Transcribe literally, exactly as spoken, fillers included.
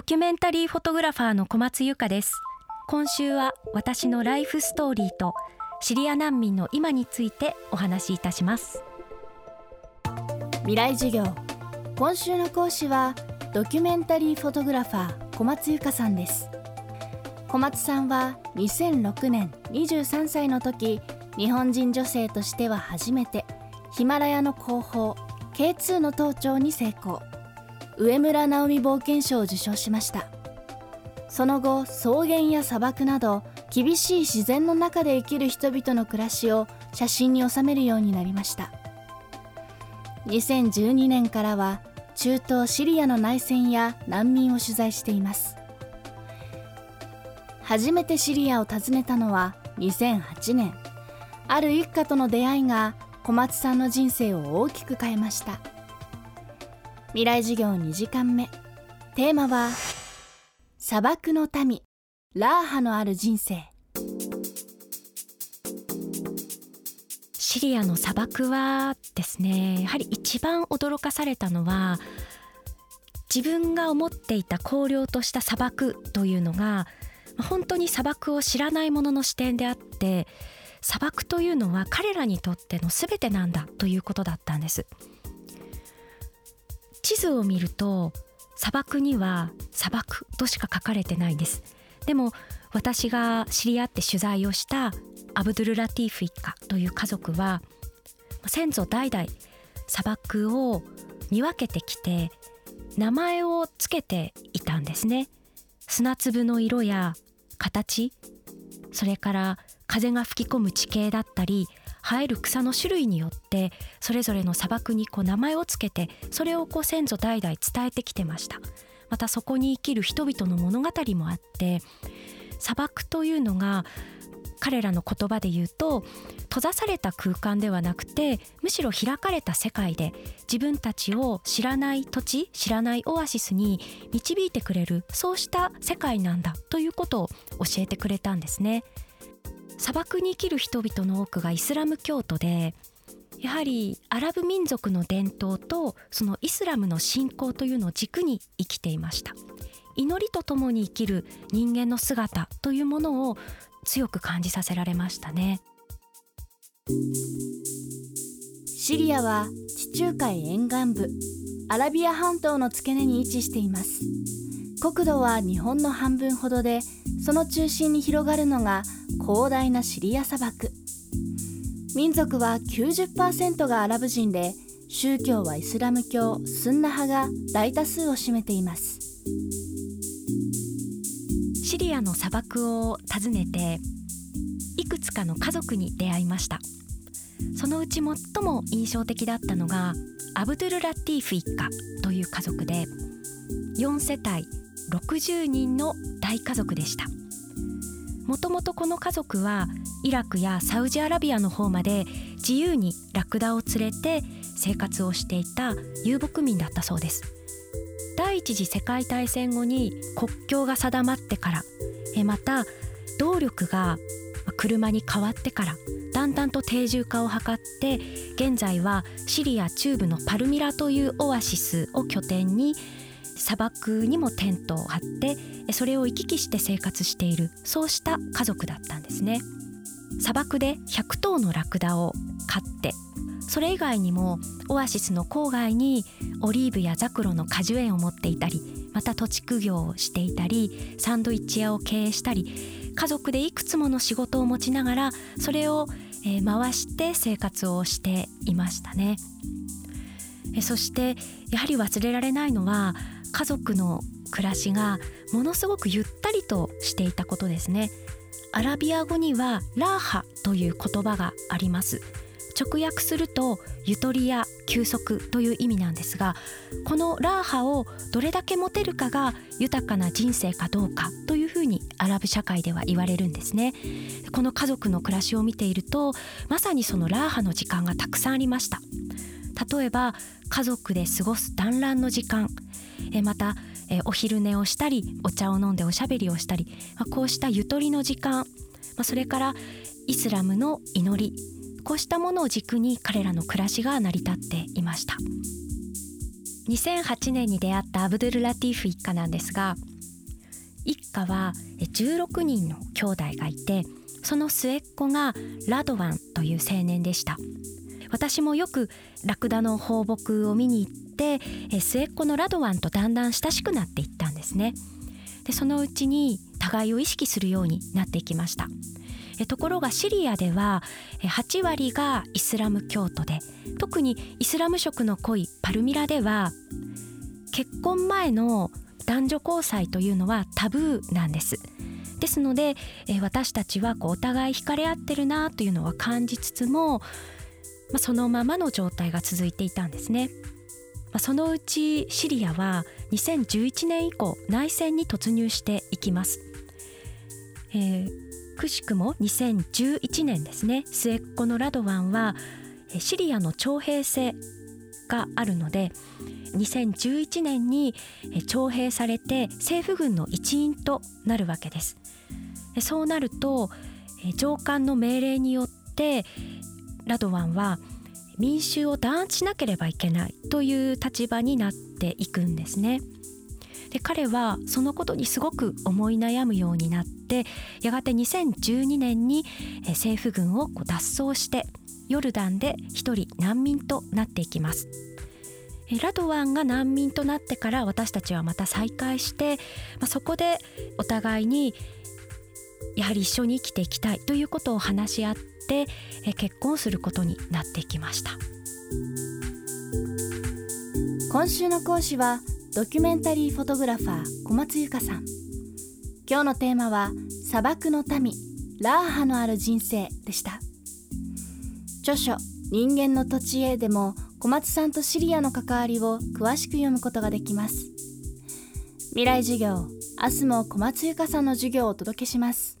キュメンタリーフォトグラファーの小松優香です。今週は私のライフストーリーとシリア難民の今についてお話しいたします。 未来授業、今週の講師はドキュメンタリーフォトグラファー小松優香さんです。小松さんはにせんろくねんにじゅうさんさいの時、日本人女性としては初めてヒマラヤの後方 ケーツー の登頂に成功、上村直美冒険賞を受賞しました。その後、草原や砂漠など厳しい自然の中で生きる人々の暮らしを写真に収めるようになりました。にせんじゅうにねんからは中東シリアの内戦や難民を取材しています。初めてシリアを訪ねたのはにせんはちねん。ある一家との出会いが小松さんの人生を大きく変えました。未来授業にじかんめ、テーマは砂漠の民、ラーハのある人生。 シリアの砂漠はですね、やはり一番驚かされたのは、自分が思っていた荒涼とした砂漠というのが本当に砂漠を知らない者の視点であって、砂漠というのは彼らにとっての全てなんだということだったんです。地図を見ると砂漠には砂漠としか書かれてないんです。でも私が知り合って取材をしたアブドゥル・ラティーフ一家という家族は、先祖代々砂漠を見分けてきて名前をつけていたんですね。砂粒の色や形、それから風が吹き込む地形だったり生える草の種類によってそれぞれの砂漠にこう名前をつけて、それをこう先祖代々伝えてきてました。またそこに生きる人々の物語もあって、砂漠というのが彼らの言葉で言うと閉ざされた空間ではなくて、むしろ開かれた世界で自分たちを知らない土地、知らないオアシスに導いてくれる、そうした世界なんだということを教えてくれたんですね。砂漠に生きる人々の多くがイスラム教徒で、やはりアラブ民族の伝統とそのイスラムの信仰というのを軸に生きていました。祈りとともに生きる人間の姿というものを強く感じさせられましたね。 シリアは地中海沿岸部、アラビア半島の付け根に位置しています。国土は日本の半分ほどで、その中心に広がるのが広大なシリア砂漠。民族は きゅうじゅっパーセント がアラブ人で、宗教はイスラム教スンナ派が大多数を占めています。 シリアの砂漠を訪ねていくつかの家族に出会いました。そのうち最も印象的だったのがアブドゥル・ラティーフ一家という家族で、よんせたいろくじゅうにんの大家族でした。もともとこの家族はイラクやサウジアラビアの方まで自由にラクダを連れて生活をしていた遊牧民だったそうです。第一次世界大戦後に国境が定まってから、えまた動力が車に変わってから、だんだんと定住化を図って、現在はシリア中部のパルミラというオアシスを拠点に砂漠にもテントを張ってそれを行き来して生活している、そうした家族だったんですね。砂漠でひゃくとうのラクダを飼って、それ以外にもオアシスの郊外にオリーブやザクロの果樹園を持っていたり、また土地区業をしていたり、サンドイッチ屋を経営したり、家族でいくつもの仕事を持ちながらそれをえ回して生活をしていましたね。えそしてやはり忘れられないのは、家族の暮らしがものすごくゆったりとしていたことですね。アラビア語にはラーハという言葉があります。直訳するとゆとりや休息という意味なんですが、このラーハをどれだけ持てるかが豊かな人生かどうかというふうにアラブ社会では言われるんですね。この家族の暮らしを見ていると、まさにそのラーハの時間がたくさんありました。例えば家族で過ごす団らんの時間、えまたえお昼寝をしたり、お茶を飲んでおしゃべりをしたり、まあ、こうしたゆとりの時間、まあ、それからイスラムの祈り、こうしたものを軸に彼らの暮らしが成り立っていました。にせんはちねんに出会ったアブドゥル・ラティーフ一家なんですが、 一家はじゅうろくにんの兄弟がいて、その末っ子がラドワンという青年でした。私もよくラクダの放牧を見に行って、末っ子のラドワンとだんだん親しくなっていったんですね。でそのうちに互いを意識するようになっていきました。えところがシリアでははちわりがイスラム教徒で、特にイスラム色の濃いパルミラでは結婚前の男女交際というのはタブーなんです。ですのでえ私たちはこうお互い惹かれ合ってるなというのは感じつつも、まあ、そのままの状態が続いていたんですね。まあ、そのうちシリアはにせんじゅういちねん以降内戦に突入していきます。えーくしくもにせんじゅういちねんですね、末っ子のラドワンはシリアの徴兵制があるので、にせんじゅういちねんに徴兵されて政府軍の一員となるわけです。そうなると上官の命令によってラドワンは民衆を弾圧しなければいけないという立場になっていくんですね。で彼はそのことにすごく思い悩むようになって、やがてにせんじゅうにねんに政府軍をこう脱走してヨルダンで一人難民となっていきます。ラドワンが難民となってから私たちはまた再会して、まあ、そこでお互いにやはり一緒に生きていきたいということを話し合って結婚することになっていきました。 今週の講師はドキュメンタリーフォトグラファー小松由香さん。今日のテーマは砂漠の民、ラーハのある人生でした。著書人間の土地へでも小松さんとシリアの関わりを詳しく読むことができます。未来授業、明日も小松由香さんの授業をお届けします。